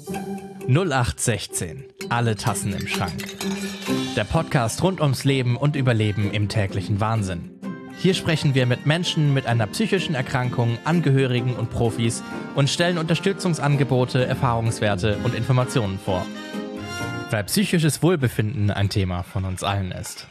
0816. Alle Tassen im Schrank. Der Podcast rund ums Leben und Überleben im täglichen Wahnsinn. Hier sprechen wir mit Menschen mit einer psychischen Erkrankung, Angehörigen und Profis und stellen Unterstützungsangebote, Erfahrungswerte und Informationen vor. Weil psychisches Wohlbefinden ein Thema von uns allen ist.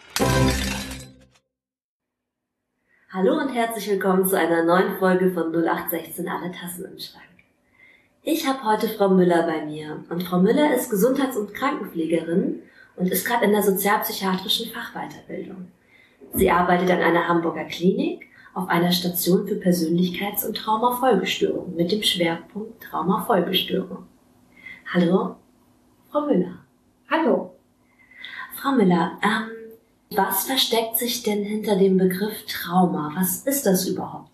Hallo und herzlich willkommen zu einer neuen Folge von 0816 Alle Tassen im Schrank. Ich habe heute Frau Müller bei mir und Frau Müller ist Gesundheits- und Krankenpflegerin und ist gerade in der sozialpsychiatrischen Fachweiterbildung. Sie arbeitet an einer Hamburger Klinik auf einer Station für Persönlichkeits- und Traumafolgestörungen mit dem Schwerpunkt Traumafolgestörung. Hallo, Frau Müller. Hallo. Frau Müller, was versteckt sich denn hinter dem Begriff Trauma? Was ist das überhaupt?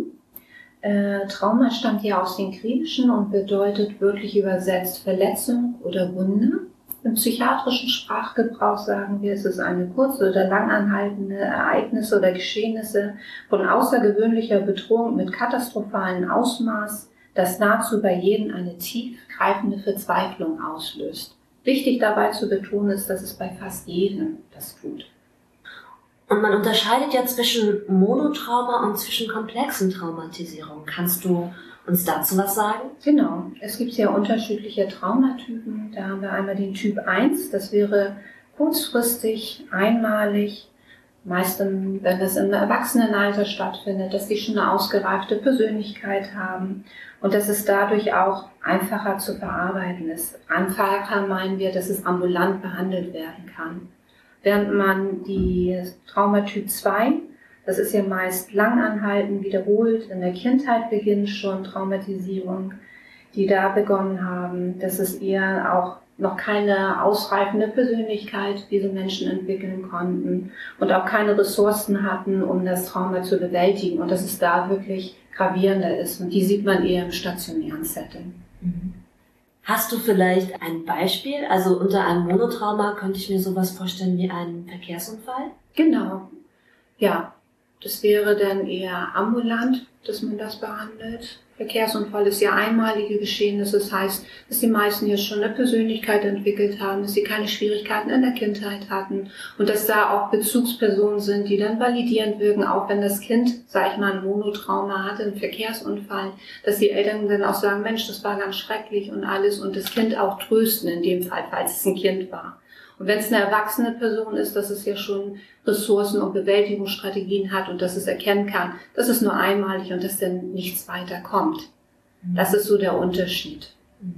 Trauma stammt ja aus dem Griechischen und bedeutet wörtlich übersetzt Verletzung oder Wunde. Im psychiatrischen Sprachgebrauch sagen wir, es ist eine kurze oder langanhaltende Ereignisse oder Geschehnisse von außergewöhnlicher Bedrohung mit katastrophalen Ausmaß, das nahezu bei jedem eine tiefgreifende Verzweiflung auslöst. Wichtig dabei zu betonen ist, dass es bei fast jedem das tut. Und man unterscheidet ja zwischen Monotrauma und zwischen komplexen Traumatisierungen. Kannst du uns dazu was sagen? Genau. Es gibt ja unterschiedliche Traumatypen. Da haben wir einmal den Typ 1. Das wäre kurzfristig, einmalig, meistens, wenn das im Erwachsenenalter stattfindet, dass die schon eine ausgereifte Persönlichkeit haben und dass es dadurch auch einfacher zu verarbeiten ist. Einfacher meinen wir, dass es ambulant behandelt werden kann. Während man die Traumatyp 2, das ist ja meist langanhaltend, wiederholt, in der Kindheit beginnt schon Traumatisierung, die da begonnen haben. Das ist eher auch noch keine ausreifende Persönlichkeit, diese Menschen entwickeln konnten und auch keine Ressourcen hatten, um das Trauma zu bewältigen und dass es da wirklich gravierender ist. Und die sieht man eher im stationären Setting. Hast du vielleicht ein Beispiel? Also unter einem Monotrauma könnte ich mir sowas vorstellen wie einen Verkehrsunfall? Genau, ja. Das wäre dann eher ambulant, dass man das behandelt. Verkehrsunfall ist ja einmalige Geschehnisse. Das heißt, dass die meisten hier schon eine Persönlichkeit entwickelt haben, dass sie keine Schwierigkeiten in der Kindheit hatten und dass da auch Bezugspersonen sind, die dann validierend wirken, auch wenn das Kind, sag ich mal, ein Monotrauma hatte, einen Verkehrsunfall, dass die Eltern dann auch sagen, Mensch, das war ganz schrecklich und alles und das Kind auch trösten in dem Fall, falls es ein Kind war. Und wenn es eine erwachsene Person ist, dass es ja schon Ressourcen und Bewältigungsstrategien hat und dass es erkennen kann, dass es nur einmalig und dass dann nichts weiter kommt. Das ist so der Unterschied.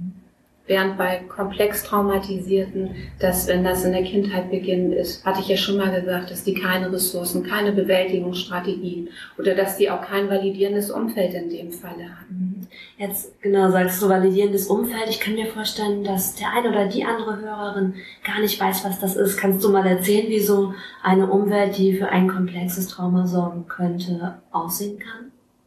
Während bei komplex Traumatisierten, dass wenn das in der Kindheit beginnend ist, hatte ich ja schon mal gesagt, dass die keine Ressourcen, keine Bewältigungsstrategien oder dass die auch kein validierendes Umfeld in dem Falle hatten. Jetzt genau sagst du validierendes Umfeld. Ich kann mir vorstellen, dass der eine oder die andere Hörerin gar nicht weiß, was das ist. Kannst du mal erzählen, wie so eine Umwelt, die für ein komplexes Trauma sorgen könnte, aussehen kann?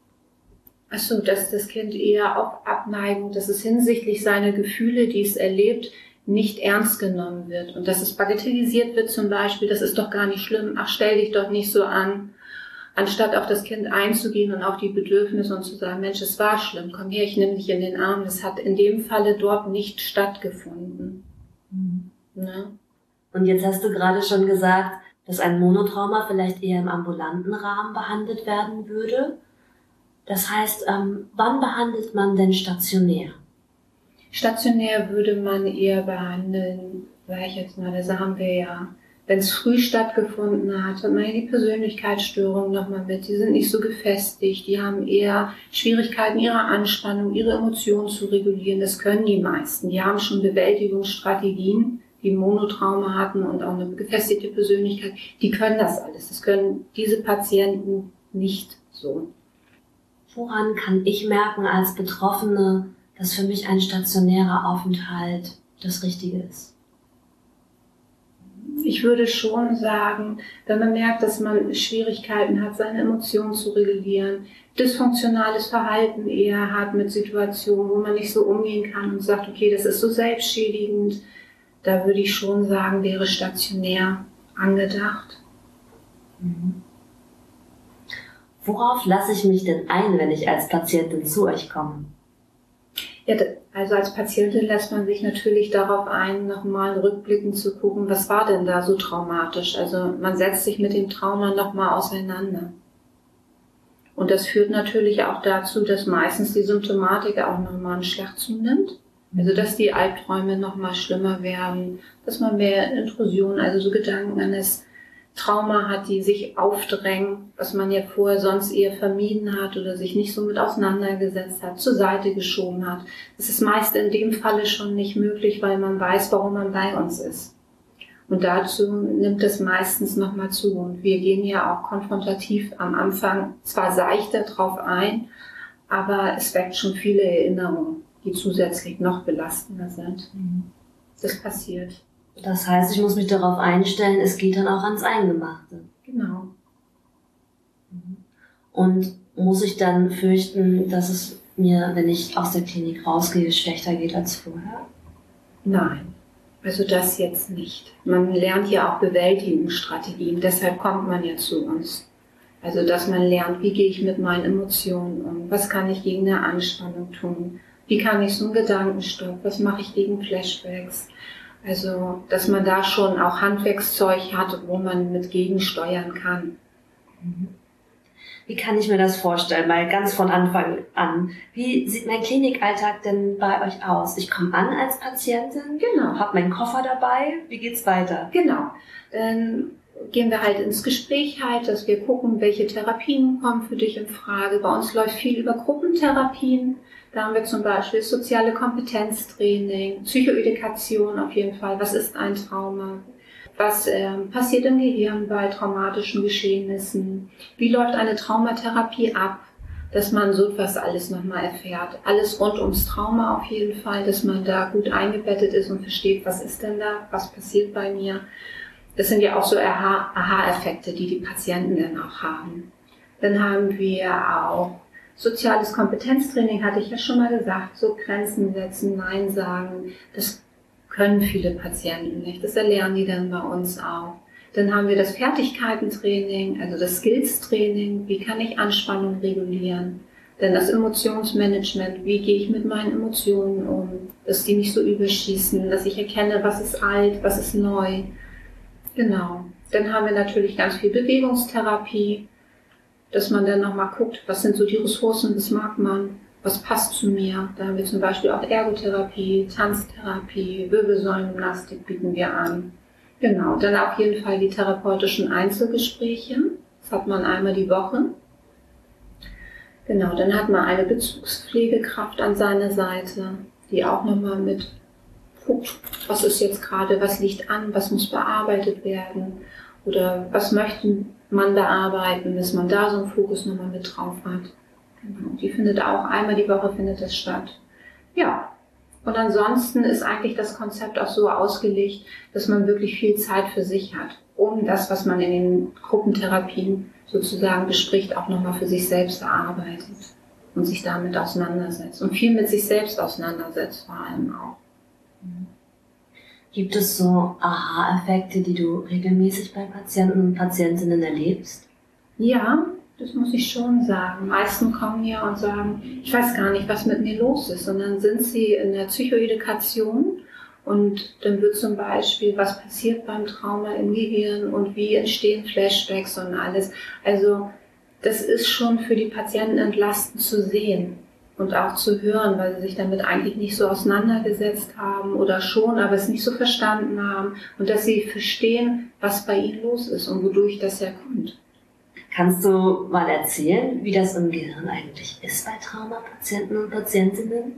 Ach so, dass das Kind eher auf Abneigung, dass es hinsichtlich seiner Gefühle, die es erlebt, nicht ernst genommen wird und dass es bagatellisiert wird zum Beispiel, das ist doch gar nicht schlimm, ach stell dich doch nicht so an, anstatt auf das Kind einzugehen und auf die Bedürfnisse und zu sagen, Mensch, es war schlimm, komm her, ich nehme dich in den Arm, das hat in dem Falle dort nicht stattgefunden. Ne? Und jetzt hast du gerade schon gesagt, dass ein Monotrauma vielleicht eher im ambulanten Rahmen behandelt werden würde. Das heißt, wann behandelt man denn stationär? Stationär würde man eher behandeln, sag ich jetzt mal, das haben wir ja, wenn es früh stattgefunden hat man ja die Persönlichkeitsstörungen nochmal mit, die sind nicht so gefestigt, die haben eher Schwierigkeiten, ihre Anspannung, ihre Emotionen zu regulieren, das können die meisten. Die haben schon Bewältigungsstrategien, die Monotrauma hatten und auch eine gefestigte Persönlichkeit, die können das alles. Das können diese Patienten nicht so. Woran kann ich merken als Betroffene, dass für mich ein stationärer Aufenthalt das Richtige ist? Ich würde schon sagen, wenn man merkt, dass man Schwierigkeiten hat, seine Emotionen zu regulieren, dysfunktionales Verhalten eher hat mit Situationen, wo man nicht so umgehen kann und sagt, okay, das ist so selbstschädigend, da würde ich schon sagen, wäre stationär angedacht. Worauf lasse ich mich denn ein, wenn ich als Patientin zu euch komme? Ja, Also als Patientin lässt man sich natürlich darauf ein, nochmal rückblickend zu gucken, was war denn da so traumatisch. Also man setzt sich mit dem Trauma nochmal auseinander. Und das führt natürlich auch dazu, dass meistens die Symptomatik auch nochmal einen Schlag zunimmt. Also dass die Albträume nochmal schlimmer werden, dass man mehr Intrusionen, also so Gedanken an das Trauma hat, die sich aufdrängen, was man ja vorher sonst eher vermieden hat oder sich nicht so mit auseinandergesetzt hat, zur Seite geschoben hat. Das ist meist in dem Falle schon nicht möglich, weil man weiß, warum man bei uns ist. Und dazu nimmt es meistens nochmal zu. Und wir gehen ja auch konfrontativ am Anfang zwar seichter drauf ein, aber es weckt schon viele Erinnerungen, die zusätzlich noch belastender sind. Das passiert. Das heißt, ich muss mich darauf einstellen, es geht dann auch ans Eingemachte. Genau. Und muss ich dann fürchten, dass es mir, wenn ich aus der Klinik rausgehe, schlechter geht als vorher? Nein, also das jetzt nicht. Man lernt ja auch Bewältigungsstrategien, deshalb kommt man ja zu uns. Also dass man lernt, wie gehe ich mit meinen Emotionen um, was kann ich gegen eine Anspannung tun, wie kann ich so einen Gedankenstopp, was mache ich gegen Flashbacks. Also, dass man da schon auch Handwerkszeug hat, wo man mit gegensteuern kann. Wie kann ich mir das vorstellen? Mal ganz von Anfang an. Wie sieht mein Klinikalltag denn bei euch aus? Ich komme an als Patientin, Genau. habe meinen Koffer dabei. Wie geht's weiter? Genau. Dann gehen wir halt ins Gespräch halt, dass wir gucken, welche Therapien kommen für dich in Frage. Bei uns läuft viel über Gruppentherapien. Da haben wir zum Beispiel soziale Kompetenztraining, Psychoedukation auf jeden Fall. Was ist ein Trauma? Was passiert im Gehirn bei traumatischen Geschehnissen? Wie läuft eine Traumatherapie ab? Dass man so etwas alles nochmal erfährt. Alles rund ums Trauma auf jeden Fall, dass man da gut eingebettet ist und versteht, was ist denn da, was passiert bei mir. Das sind ja auch so Aha-Effekte, die die Patienten dann auch haben. Dann haben wir auch soziales Kompetenztraining, hatte ich ja schon mal gesagt, so Grenzen setzen, Nein sagen, das können viele Patienten nicht, das erlernen die dann bei uns auch. Dann haben wir das Fertigkeitentraining, also das Skills-Training, wie kann ich Anspannung regulieren, dann das Emotionsmanagement, wie gehe ich mit meinen Emotionen um, dass die nicht so überschießen, dass ich erkenne, was ist alt, was ist neu. Genau. Dann haben wir natürlich ganz viel Bewegungstherapie, dass man dann nochmal guckt, was sind so die Ressourcen, was mag man, was passt zu mir. Da haben wir zum Beispiel auch Ergotherapie, Tanztherapie, Wirbelsäulengymnastik bieten wir an. Genau, dann auf jeden Fall die therapeutischen Einzelgespräche. Das hat man einmal die Woche. Genau, dann hat man eine Bezugspflegekraft an seiner Seite, die auch nochmal mit guckt, was ist jetzt gerade, was liegt an, was muss bearbeitet werden oder was möchten man bearbeiten, dass man da so einen Fokus nochmal mit drauf hat. Genau. Die findet auch einmal die Woche findet das statt. Ja. Und ansonsten ist eigentlich das Konzept auch so ausgelegt, dass man wirklich viel Zeit für sich hat, um das, was man in den Gruppentherapien sozusagen bespricht, auch nochmal für sich selbst erarbeitet und sich damit auseinandersetzt und viel mit sich selbst auseinandersetzt vor allem auch. Gibt es so Aha-Effekte, die du regelmäßig bei Patienten und Patientinnen erlebst? Ja, das muss ich schon sagen. Die meisten kommen hier und sagen, ich weiß gar nicht, was mit mir los ist. Und dann sind sie in der Psychoedukation und dann wird zum Beispiel, was passiert beim Trauma im Gehirn und wie entstehen Flashbacks und alles. Also das ist schon für die Patienten entlastend zu sehen. Und auch zu hören, weil sie sich damit eigentlich nicht so auseinandergesetzt haben oder schon, aber es nicht so verstanden haben und dass sie verstehen, was bei ihnen los ist und wodurch das herkommt. Kannst du mal erzählen, wie das im Gehirn eigentlich ist bei Traumapatienten und Patientinnen?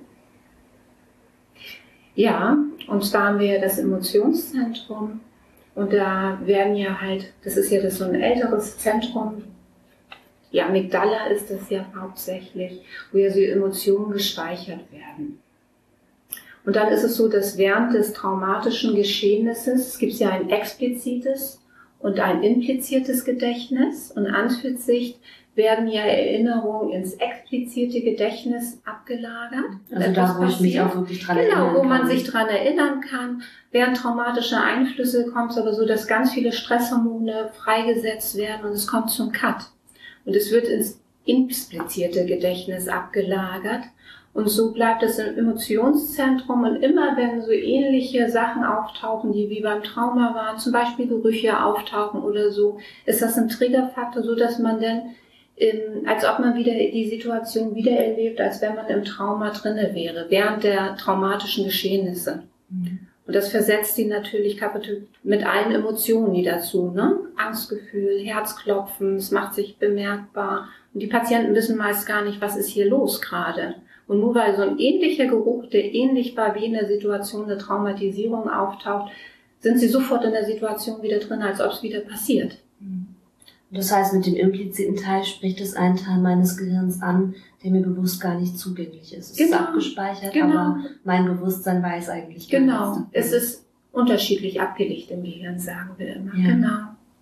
Ja, und zwar haben wir das Emotionszentrum und da werden ja halt, das ist ja so ein älteres Zentrum, die Amygdala ist das ja hauptsächlich, wo ja so Emotionen gespeichert werden. Und dann ist es so, dass während des traumatischen Geschehnisses, es gibt ja ein explizites und ein impliziertes Gedächtnis und an für sich werden ja Erinnerungen ins explizite Gedächtnis abgelagert. Also da, wo ich mich auch wirklich dran erinnern kann. Genau, wo man sich dran erinnern kann. Während traumatischer Einflüsse kommt es aber so, dass ganz viele Stresshormone freigesetzt werden und es kommt zum Cut. Und es wird ins implizierte Gedächtnis abgelagert. Und so bleibt es im Emotionszentrum und immer wenn so ähnliche Sachen auftauchen, die wie beim Trauma waren, zum Beispiel Gerüche auftauchen oder so, ist das ein Triggerfaktor, so dass man dann, als ob man wieder die Situation wiedererlebt, als wenn man im Trauma drinne wäre, während der traumatischen Geschehnisse. Mhm. Und das versetzt die natürlich kaputt mit allen Emotionen, die dazu, ne? Angstgefühl, Herzklopfen, es macht sich bemerkbar. Und die Patienten wissen meist gar nicht, was ist hier los gerade. Und nur weil so ein ähnlicher Geruch, der ähnlich war wie in der Situation der Traumatisierung auftaucht, sind sie sofort in der Situation wieder drin, als ob es wieder passiert. Das heißt, mit dem impliziten Teil spricht es einen Teil meines Gehirns an, der mir bewusst gar nicht zugänglich ist. Es ist abgespeichert, aber mein Bewusstsein weiß eigentlich gar nichts. Genau, es ist unterschiedlich abgelegt im Gehirn, sagen wir immer. Ja. Genau.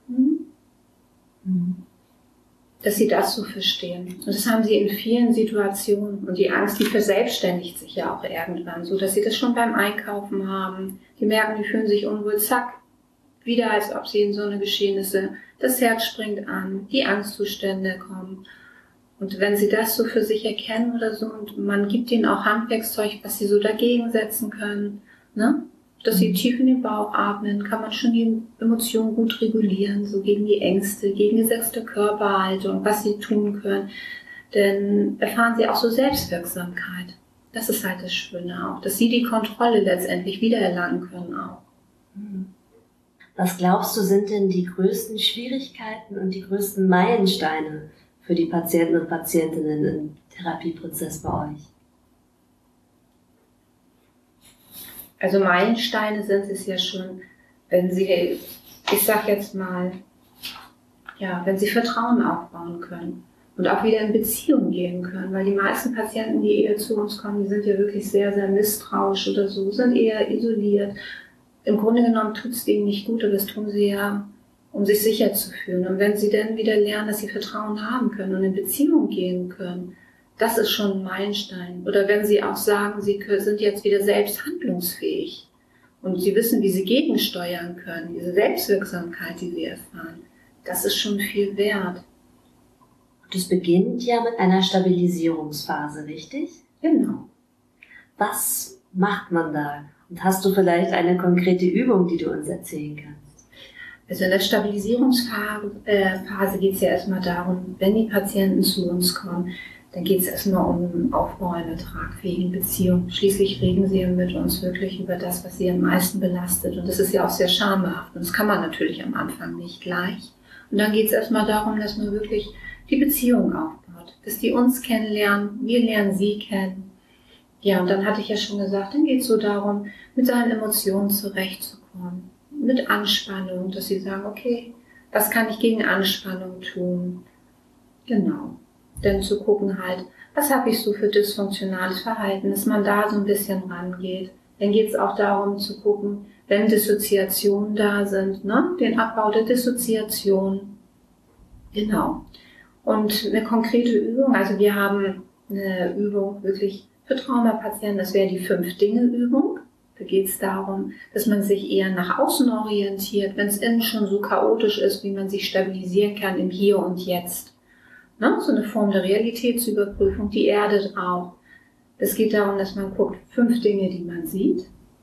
Dass sie das so verstehen. Und das haben sie in vielen Situationen. Und die Angst, die verselbstständigt sich ja auch irgendwann, so dass sie das schon beim Einkaufen haben. Die merken, die fühlen sich unwohl, zack, wieder als ob sie in so eine Geschehnisse, das Herz springt an, die Angstzustände kommen. Und wenn sie das so für sich erkennen oder so, und man gibt ihnen auch Handwerkszeug, was sie so dagegen setzen können, ne? Dass sie tief in den Bauch atmen, kann man schon die Emotionen gut regulieren, so gegen die Ängste, gegen die 6. Körperhaltung, was sie tun können. Denn erfahren sie auch so Selbstwirksamkeit. Das ist halt das Schöne auch, dass sie die Kontrolle letztendlich wiedererlangen können auch. Was glaubst du, sind denn die größten Schwierigkeiten und die größten Meilensteine für die Patienten und Patientinnen im Therapieprozess bei euch? Also Meilensteine sind es ja schon, wenn sie, ich sag jetzt mal, ja, wenn sie Vertrauen aufbauen können und auch wieder in Beziehung gehen können, weil die meisten Patienten, die eher zu uns kommen, die sind ja wirklich sehr, sehr misstrauisch oder so, sind eher isoliert. Im Grunde genommen tut es denen nicht gut, aber das tun sie ja, um sich sicher zu fühlen. Und wenn sie dann wieder lernen, dass sie Vertrauen haben können und in Beziehung gehen können, das ist schon ein Meilenstein. Oder wenn sie auch sagen, sie sind jetzt wieder selbst handlungsfähig und sie wissen, wie sie gegensteuern können, diese Selbstwirksamkeit, die sie erfahren, das ist schon viel wert. Das beginnt ja mit einer Stabilisierungsphase, richtig? Genau. Was macht man da? Und hast du vielleicht eine konkrete Übung, die du uns erzählen kannst? Also in der Stabilisierungsphase geht es ja erstmal darum, wenn die Patienten zu uns kommen, dann geht es erstmal um den Aufbau einer tragfähigen Beziehung. Schließlich reden sie mit uns wirklich über das, was sie am meisten belastet. Und das ist ja auch sehr schambehaft. Und das kann man natürlich am Anfang nicht gleich. Und dann geht es erstmal darum, dass man wirklich die Beziehung aufbaut. Dass die uns kennenlernen, wir lernen sie kennen. Ja, und dann hatte ich ja schon gesagt, dann geht es so darum, mit seinen Emotionen zurechtzukommen. Mit Anspannung, dass sie sagen, okay, was kann ich gegen Anspannung tun? Genau. Dann zu gucken halt, was habe ich so für dysfunktionales Verhalten, dass man da so ein bisschen rangeht. Dann geht es auch darum zu gucken, wenn Dissoziationen da sind, ne, den Abbau der Dissoziation. Genau. Und eine konkrete Übung, also wir haben eine Übung wirklich für Traumapatienten, das wäre die 5-Dinge-Übung. Da geht es darum, dass man sich eher nach außen orientiert, wenn es innen schon so chaotisch ist, wie man sich stabilisieren kann im Hier und Jetzt. Ne? So eine Form der Realitätsüberprüfung, die erdet auch. Es geht darum, dass man guckt, 5 Dinge, die man sieht,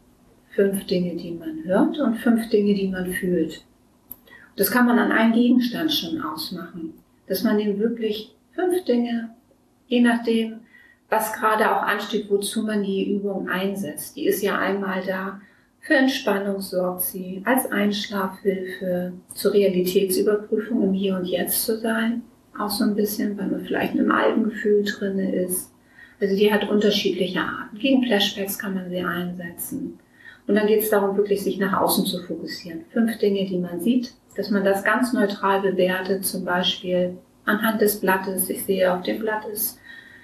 5 Dinge, die man hört und 5 Dinge, die man fühlt. Das kann man an einem Gegenstand schon ausmachen, dass man dem wirklich 5 Dinge, je nachdem, was gerade auch ansteht, wozu man die Übung einsetzt. Die ist ja einmal da, für Entspannung sorgt sie, als Einschlafhilfe, zur Realitätsüberprüfung im Hier und Jetzt zu sein. Auch so ein bisschen, weil man vielleicht in einem alten Gefühl drin ist. Also die hat unterschiedliche Arten. Gegen Flashbacks kann man sie einsetzen. Und dann geht es darum, wirklich sich nach außen zu fokussieren. 5 Dinge, die man sieht, dass man das ganz neutral bewertet, zum Beispiel anhand des Blattes. Ich sehe, auf dem Blatt ist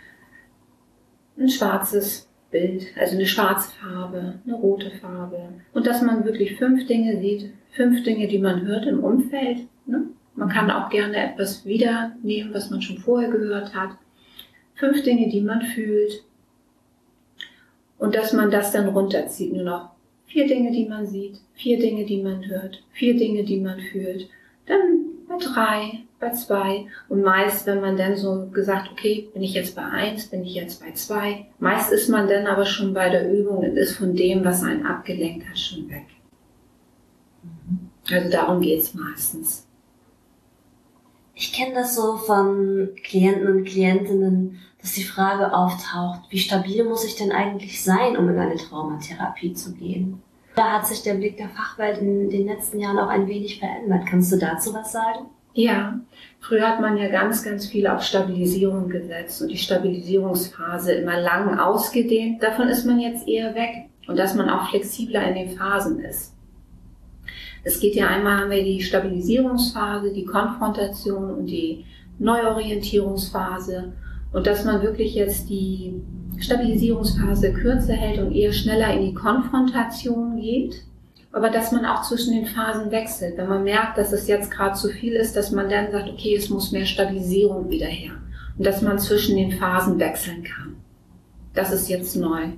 ein schwarzes Bild, also eine schwarze Farbe, eine rote Farbe. Und dass man wirklich 5 Dinge sieht, 5 Dinge, die man hört im Umfeld, ne? Man kann auch gerne etwas wiedernehmen, was man schon vorher gehört hat. 5 Dinge, die man fühlt. Und dass man das dann runterzieht. Nur noch 4 Dinge, die man sieht, 4 Dinge, die man hört, 4 Dinge, die man fühlt. dann bei 3, bei 2 und meist, wenn man dann so gesagt, okay, bin ich jetzt bei 1, bin ich jetzt bei 2, meist ist man dann aber schon bei der Übung und ist von dem, was einen abgelenkt hat, schon weg. Also darum geht's meistens. Ich kenne das so von Klienten und Klientinnen, dass die Frage auftaucht, wie stabil muss ich denn eigentlich sein, um in eine Traumatherapie zu gehen? Da hat sich der Blick der Fachwelt in den letzten Jahren auch ein wenig verändert. Kannst du dazu was sagen? Ja, früher hat man ja ganz, ganz viel auf Stabilisierung gesetzt und die Stabilisierungsphase immer lang ausgedehnt. Davon ist man jetzt eher weg und dass man auch flexibler in den Phasen ist. Es geht ja einmal, haben wir die Stabilisierungsphase, die Konfrontation und die Neuorientierungsphase und dass man wirklich jetzt die Stabilisierungsphase kürzer hält und eher schneller in die Konfrontation geht, aber dass man auch zwischen den Phasen wechselt. Wenn man merkt, dass es jetzt gerade zu viel ist, dass man dann sagt, okay, es muss mehr Stabilisierung wieder her und dass man zwischen den Phasen wechseln kann. Das ist jetzt neu.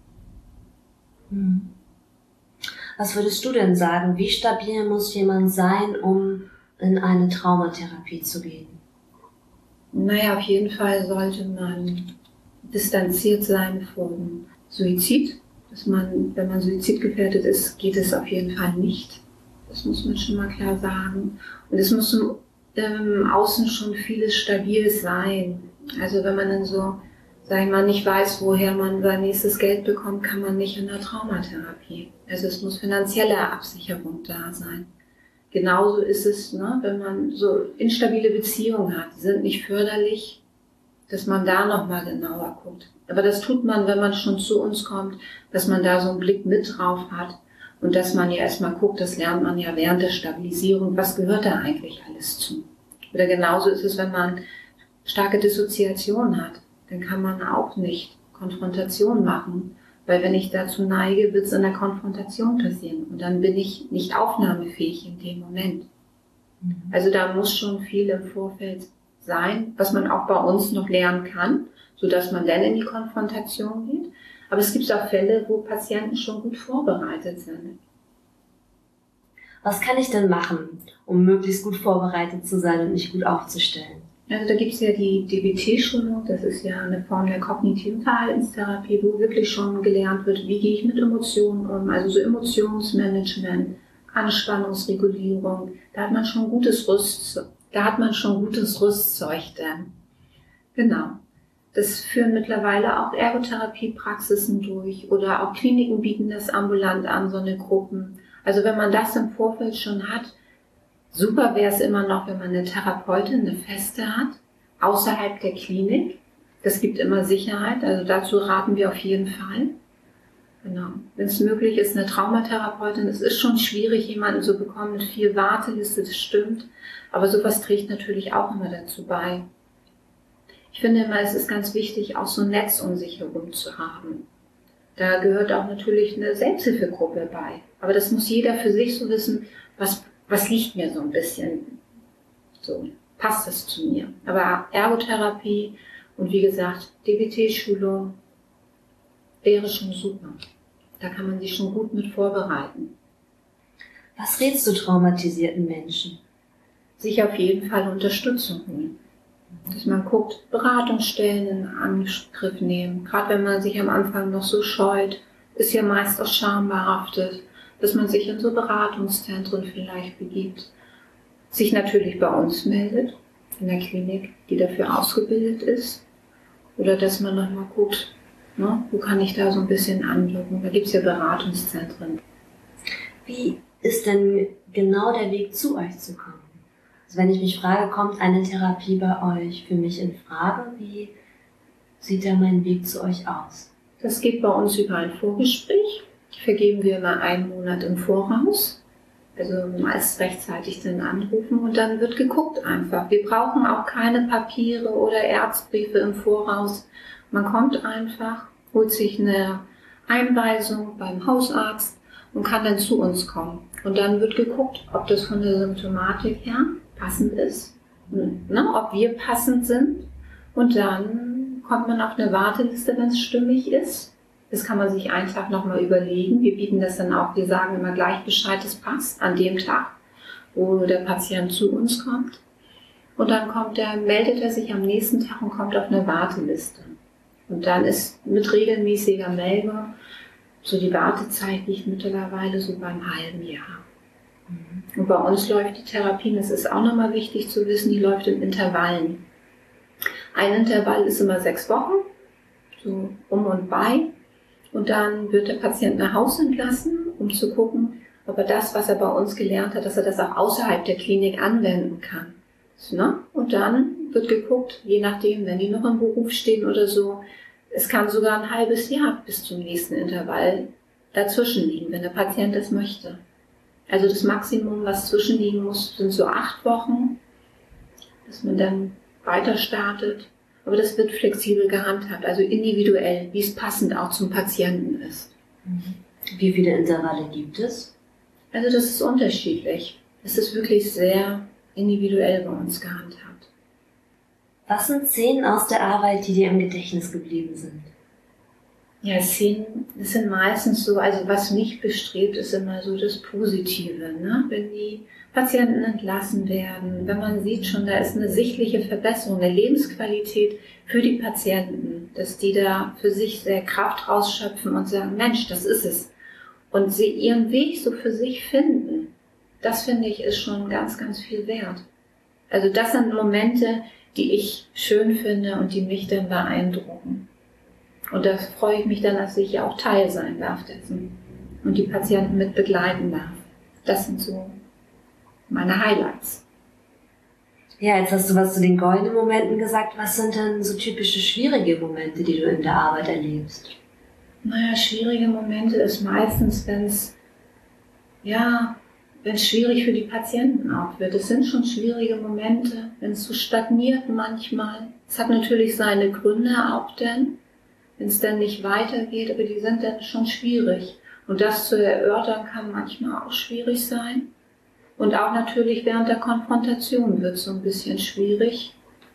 Was würdest du denn sagen? Wie stabil muss jemand sein, um in eine Traumatherapie zu gehen? Naja, auf jeden Fall sollte man distanziert sein vom Suizid. Dass man, wenn man suizidgefährdet ist, geht es auf jeden Fall nicht. Das muss man schon mal klar sagen. Und es muss im Außen schon vieles stabil sein. Also wenn man dann so, sag ich mal, nicht weiß, woher man sein nächstes Geld bekommt, kann man nicht in der Traumatherapie. Also es muss finanzielle Absicherung da sein. Genauso ist es, ne, wenn man so instabile Beziehungen hat, die sind nicht förderlich, dass man da nochmal genauer guckt. Aber das tut man, wenn man schon zu uns kommt, dass man da so einen Blick mit drauf hat und dass man ja erstmal guckt, das lernt man ja während der Stabilisierung, was gehört da eigentlich alles zu. Oder genauso ist es, wenn man starke Dissoziation hat, dann kann man auch nicht Konfrontation machen, weil wenn ich dazu neige, wird es in der Konfrontation passieren und dann bin ich nicht aufnahmefähig in dem Moment. Also da muss schon viel im Vorfeld sein, was man auch bei uns noch lernen kann, sodass man dann in die Konfrontation geht. Aber es gibt auch Fälle, wo Patienten schon gut vorbereitet sind. Was kann ich denn machen, um möglichst gut vorbereitet zu sein und mich gut aufzustellen? Also da gibt es ja die DBT-Schulung, das ist ja eine Form der kognitiven Verhaltenstherapie, wo wirklich schon gelernt wird, wie gehe ich mit Emotionen um, also so Emotionsmanagement, Anspannungsregulierung, da hat man schon gutes Rüstzeug dann. Genau. Das führen mittlerweile auch Ergotherapiepraxisen durch oder auch Kliniken bieten das ambulant an, so eine Gruppen. Also wenn man das im Vorfeld schon hat, super wäre es immer noch, wenn man eine Therapeutin, eine feste hat, außerhalb der Klinik. Das gibt immer Sicherheit, also dazu raten wir auf jeden Fall. Genau. Wenn es möglich ist, eine Traumatherapeutin, es ist schon schwierig, jemanden zu bekommen mit viel Warteliste, das stimmt. Aber sowas trägt natürlich auch immer dazu bei. Ich finde immer, es ist ganz wichtig, auch so ein Netz um sich herum zu haben. Da gehört auch natürlich eine Selbsthilfegruppe bei. Aber das muss jeder für sich so wissen, was liegt mir so ein bisschen, so passt das zu mir. Aber Ergotherapie und wie gesagt, DBT-Schulung wäre schon super. Da kann man sich schon gut mit vorbereiten. Was rätst du traumatisierten Menschen? Sich auf jeden Fall Unterstützung holen. Dass man guckt, Beratungsstellen in Angriff nehmen. Gerade wenn man sich am Anfang noch so scheut, ist ja meist auch schambehaftet, dass man sich in so Beratungszentren vielleicht begibt. Sich natürlich bei uns meldet, in der Klinik, die dafür ausgebildet ist. Oder dass man nochmal guckt, ne, wo kann ich da so ein bisschen andocken. Da gibt es ja Beratungszentren. Wie ist denn genau der Weg zu euch zu kommen? Also wenn ich mich frage, kommt eine Therapie bei euch für mich in Frage? Wie sieht da mein Weg zu euch aus? Das geht bei uns über ein Vorgespräch. Vergeben wir immer 1 Monat im Voraus. Also meist rechtzeitig dann anrufen und dann wird geguckt einfach. Wir brauchen auch keine Papiere oder Arztbriefe im Voraus. Man kommt einfach, holt sich eine Einweisung beim Hausarzt und kann dann zu uns kommen. Und dann wird geguckt, ob das von der Symptomatik her passend ist, ne, ob wir passend sind. Und dann kommt man auf eine Warteliste, wenn es stimmig ist. Das kann man sich einfach nochmal überlegen. Wir bieten das dann auch, wir sagen immer gleich Bescheid, es passt an dem Tag. wo der Patient zu uns kommt. Und dann meldet er sich am nächsten Tag und kommt auf eine Warteliste. Und dann ist mit regelmäßiger Meldung, so die Wartezeit liegt mittlerweile so beim halben Jahr. Und bei uns läuft die Therapie, das ist auch nochmal wichtig zu wissen, die läuft in Intervallen. Ein Intervall ist immer 6 Wochen, so um und bei. Und dann wird der Patient nach Hause entlassen, um zu gucken, ob er das, was er bei uns gelernt hat, dass er das auch außerhalb der Klinik anwenden kann. Und dann wird geguckt, je nachdem, wenn die noch im Beruf stehen oder so, es kann sogar ein halbes Jahr bis zum nächsten Intervall dazwischen liegen, wenn der Patient es möchte. Also das Maximum, was zwischenliegen muss, sind so 8 Wochen, dass man dann weiter startet. Aber das wird flexibel gehandhabt, also individuell, wie es passend auch zum Patienten ist. Wie viele Intervalle gibt es? Also das ist unterschiedlich. Es ist wirklich sehr individuell bei uns gehandhabt. Was sind Szenen aus der Arbeit, die dir im Gedächtnis geblieben sind? Ja, Szenen, das sind meistens so, also was mich bestrebt, ist immer so das Positive, ne? Wenn die Patienten entlassen werden, wenn man sieht schon, da ist eine sichtliche Verbesserung der Lebensqualität für die Patienten, dass die da für sich sehr Kraft rausschöpfen und sagen, Mensch, das ist es. Und sie ihren Weg so für sich finden, das finde ich ist schon ganz, ganz viel wert. Also das sind Momente, die ich schön finde und die mich dann beeindrucken. Und da freue ich mich dann, dass ich ja auch Teil sein darf dessen und die Patienten mit begleiten darf. Das sind so meine Highlights. Ja, jetzt hast du was zu den goldenen Momenten gesagt. Was sind denn so typische schwierige Momente, die du in der Arbeit erlebst? Naja, schwierige Momente ist meistens, wenn es schwierig für die Patienten auch wird. Es sind schon schwierige Momente, wenn es so stagniert manchmal. Es hat natürlich seine Gründe auch denn, wenn es dann nicht weitergeht, aber die sind dann schon schwierig. Und das zu erörtern kann manchmal auch schwierig sein. Und auch natürlich während der Konfrontation wird es so ein bisschen schwierig.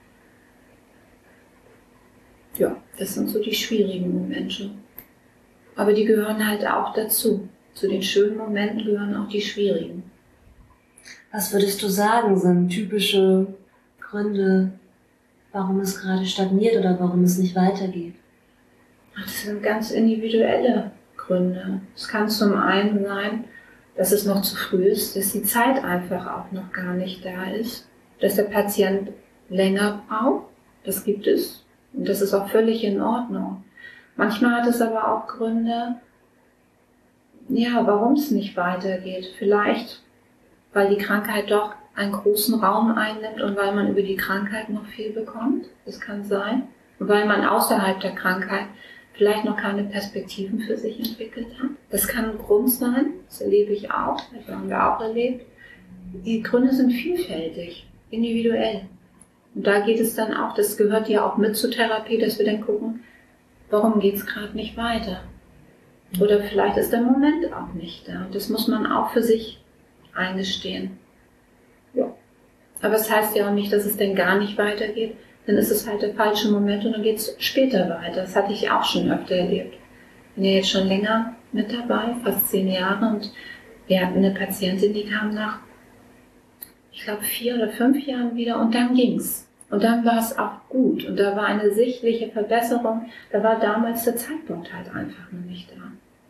Ja, das sind so die schwierigen Momente. Aber die gehören halt auch dazu. Zu den schönen Momenten gehören auch die schwierigen. Was würdest du sagen, sind typische Gründe, warum es gerade stagniert oder warum es nicht weitergeht? Das sind ganz individuelle Gründe. Es kann zum einen sein, dass es noch zu früh ist, dass die Zeit einfach auch noch gar nicht da ist, dass der Patient länger braucht. Das gibt es. Und das ist auch völlig in Ordnung. Manchmal hat es aber auch Gründe, warum es nicht weitergeht. Vielleicht, weil die Krankheit doch einen großen Raum einnimmt und weil man über die Krankheit noch viel bekommt. Das kann sein. Und weil man außerhalb der Krankheit vielleicht noch keine Perspektiven für sich entwickelt hat. Das kann ein Grund sein. Das erlebe ich auch. Das haben wir auch erlebt. Die Gründe sind vielfältig, individuell. Und da geht es dann auch, das gehört ja auch mit zur Therapie, dass wir dann gucken, warum geht es gerade nicht weiter? Oder vielleicht ist der Moment auch nicht da. Und das muss man auch für sich eingestehen. Ja. Aber es heißt ja auch nicht, dass es denn gar nicht weitergeht. Dann ist es halt der falsche Moment und dann geht es später weiter. Das hatte ich auch schon öfter erlebt. Ich bin ja jetzt schon länger mit dabei, fast 10 Jahre. Und wir hatten eine Patientin, die kam nach, ich glaube, 4 oder 5 Jahren wieder und dann ging's. Und dann war es auch gut. Und da war eine sichtliche Verbesserung. Da war damals der Zeitpunkt halt einfach noch nicht da.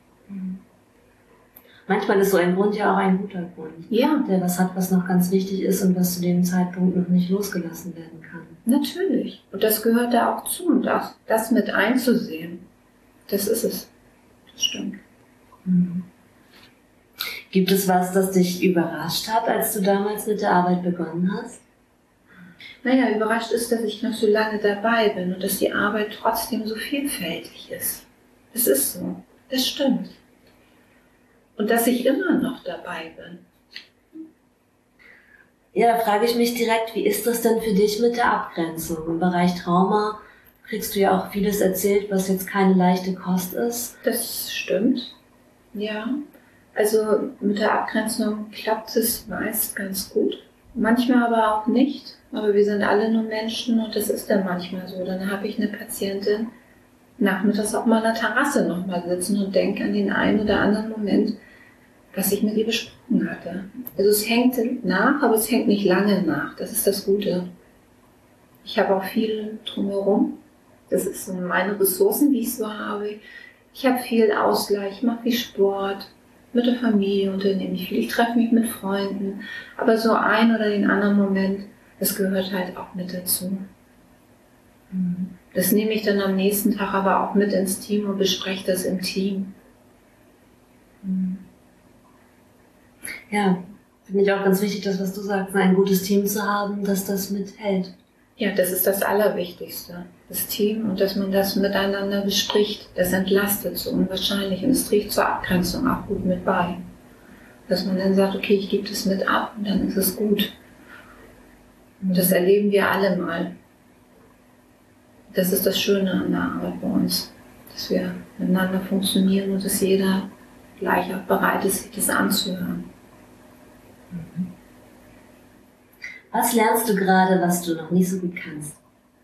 Manchmal ist so ein Grund ja auch ein guter Grund. Ja. Der was hat, was noch ganz wichtig ist und was zu dem Zeitpunkt noch nicht losgelassen werden kann. Natürlich. Und das gehört da auch zu. Und das mit einzusehen, das ist es. Das stimmt. Gibt es was, das dich überrascht hat, als du damals mit der Arbeit begonnen hast? Naja, überrascht ist, dass ich noch so lange dabei bin und dass die Arbeit trotzdem so vielfältig ist. Es ist so. Das stimmt. Und dass ich immer noch dabei bin. Ja, da frage ich mich direkt, wie ist das denn für dich mit der Abgrenzung? Im Bereich Trauma kriegst du ja auch vieles erzählt, was jetzt keine leichte Kost ist. Das stimmt. Ja. Also mit der Abgrenzung klappt es meist ganz gut. Manchmal aber auch nicht. Aber wir sind alle nur Menschen und das ist dann manchmal so. Dann habe ich eine Patientin nachmittags auf meiner Terrasse nochmal sitzen und denke an den einen oder anderen Moment, was ich mit ihr besprochen hatte. Also es hängt nach, aber es hängt nicht lange nach. Das ist das Gute. Ich habe auch viel drumherum. Das sind meine Ressourcen, die ich so habe. Ich habe viel Ausgleich, ich mache viel Sport. Mit der Familie unternehme ich viel. Ich treffe mich mit Freunden. Aber so ein oder den anderen Moment, das gehört halt auch mit dazu. Das nehme ich dann am nächsten Tag aber auch mit ins Team und bespreche das im Team. Ja, finde ich auch ganz wichtig, das, was du sagst, ein gutes Team zu haben, dass das mithält. Ja, das ist das Allerwichtigste. Das Team und dass man das miteinander bespricht, das entlastet so unwahrscheinlich und es trägt zur Abgrenzung auch gut mit bei. Dass man dann sagt, okay, ich gebe das mit ab und dann ist es gut. Und das erleben wir alle mal. Das ist das Schöne an der Arbeit bei uns, dass wir miteinander funktionieren und dass jeder gleich auch bereit ist, sich das anzuhören. Was lernst du gerade, was du noch nicht so gut kannst?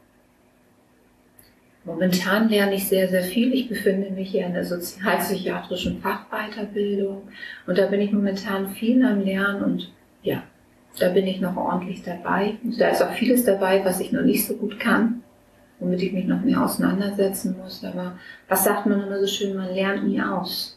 Momentan lerne ich sehr, sehr viel. Ich befinde mich hier in der sozialpsychiatrischen Fachweiterbildung und da bin ich momentan viel am Lernen und ja, da bin ich noch ordentlich dabei. Und da ist auch vieles dabei, was ich noch nicht so gut kann, womit ich mich noch mehr auseinandersetzen muss. Aber was sagt man immer so schön, man lernt nie aus.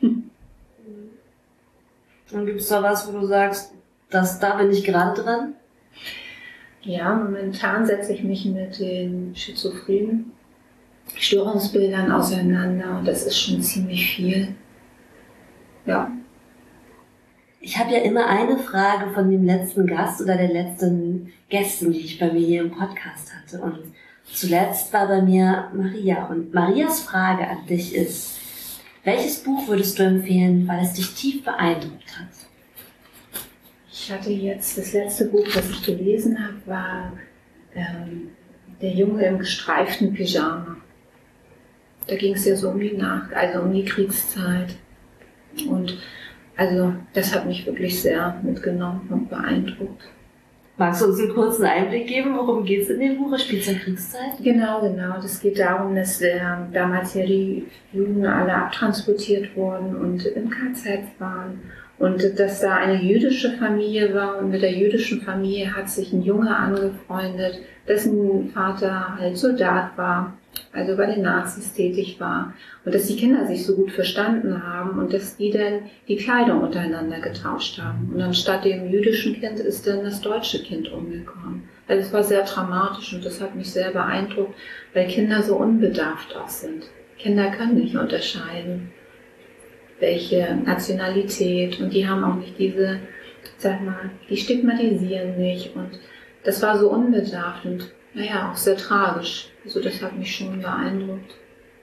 Und gibt es da was, wo du sagst, da bin ich gerade dran? Ja, momentan setze ich mich mit den schizophrenen Störungsbildern auseinander und das ist schon ziemlich viel. Ja. Ich habe ja immer eine Frage von dem letzten Gast oder der letzten Gästin, die ich bei mir hier im Podcast hatte. Und zuletzt war bei mir Maria. Und Marias Frage an dich ist, welches Buch würdest du empfehlen, weil es dich tief beeindruckt hat? Ich hatte jetzt, das letzte Buch, das ich gelesen habe, war Der Junge im gestreiften Pyjama. Da ging es ja so um die Kriegszeit. Und also das hat mich wirklich sehr mitgenommen und beeindruckt. Magst du uns einen kurzen Einblick geben, worum geht es in dem Buch? Spielt es in Kriegszeit? Genau. Das geht darum, dass damals ja die Juden alle abtransportiert wurden und im KZ waren. Und dass da eine jüdische Familie war und mit der jüdischen Familie hat sich ein Junge angefreundet, dessen Vater halt Soldat war, also bei den Nazis tätig war. Und dass die Kinder sich so gut verstanden haben und dass die dann die Kleidung untereinander getauscht haben. Und anstatt dem jüdischen Kind ist dann das deutsche Kind umgekommen. Also es war sehr dramatisch und das hat mich sehr beeindruckt, weil Kinder so unbedarft auch sind. Kinder können nicht unterscheiden, welche Nationalität und die haben auch nicht diese, die stigmatisieren nicht und das war so unbedarft und naja, auch sehr tragisch. Also das hat mich schon beeindruckt.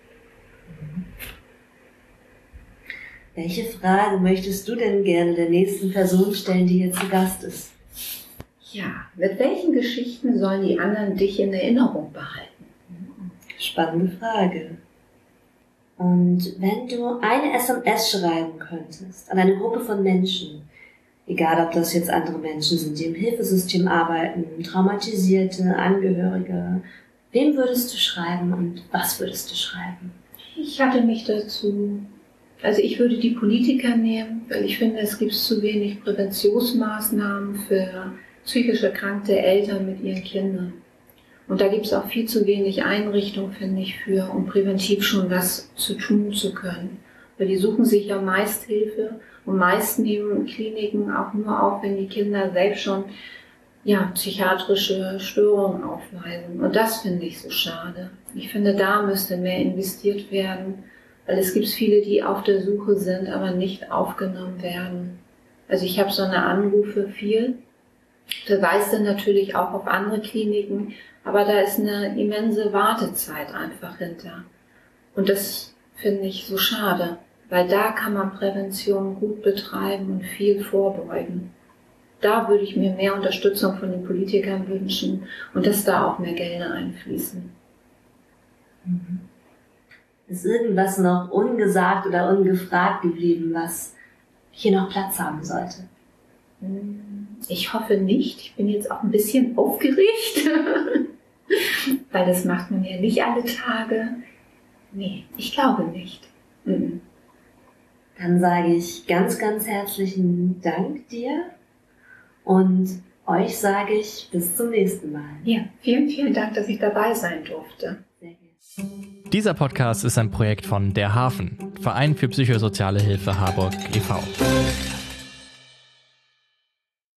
Welche Frage möchtest du denn gerne der nächsten Person stellen, die hier zu Gast ist? Ja, mit welchen Geschichten sollen die anderen dich in Erinnerung behalten? Spannende Frage. Und wenn du eine SMS schreiben könntest an eine Gruppe von Menschen, egal ob das jetzt andere Menschen sind, die im Hilfesystem arbeiten, Traumatisierte, Angehörige, wem würdest du schreiben und was würdest du schreiben? Ich hatte mich dazu, also ich würde die Politiker nehmen, weil ich finde, es gibt zu wenig Präventionsmaßnahmen für psychisch erkrankte Eltern mit ihren Kindern. Und da gibt es auch viel zu wenig Einrichtungen, finde ich, um präventiv schon was zu tun zu können. Weil die suchen sich ja meist Hilfe und meist nehmen Kliniken auch nur auf, wenn die Kinder selbst schon psychiatrische Störungen aufweisen. Und das finde ich so schade. Ich finde, da müsste mehr investiert werden, weil es gibt viele, die auf der Suche sind, aber nicht aufgenommen werden. Also ich habe so eine Anrufe viel, verweise dann natürlich auch auf andere Kliniken, aber da ist eine immense Wartezeit einfach hinter. Und das finde ich so schade, weil da kann man Prävention gut betreiben und viel vorbeugen. Da würde ich mir mehr Unterstützung von den Politikern wünschen und dass da auch mehr Gelder einfließen. Ist irgendwas noch ungesagt oder ungefragt geblieben, was hier noch Platz haben sollte? Ich hoffe nicht. Ich bin jetzt auch ein bisschen aufgeregt, weil das macht man ja nicht alle Tage. Nee, ich glaube nicht. Dann sage ich ganz, ganz herzlichen Dank dir und euch sage ich bis zum nächsten Mal. Ja, vielen, vielen Dank, dass ich dabei sein durfte. Sehr gerne. Dieser Podcast ist ein Projekt von Der Hafen, Verein für psychosoziale Hilfe Harburg e.V.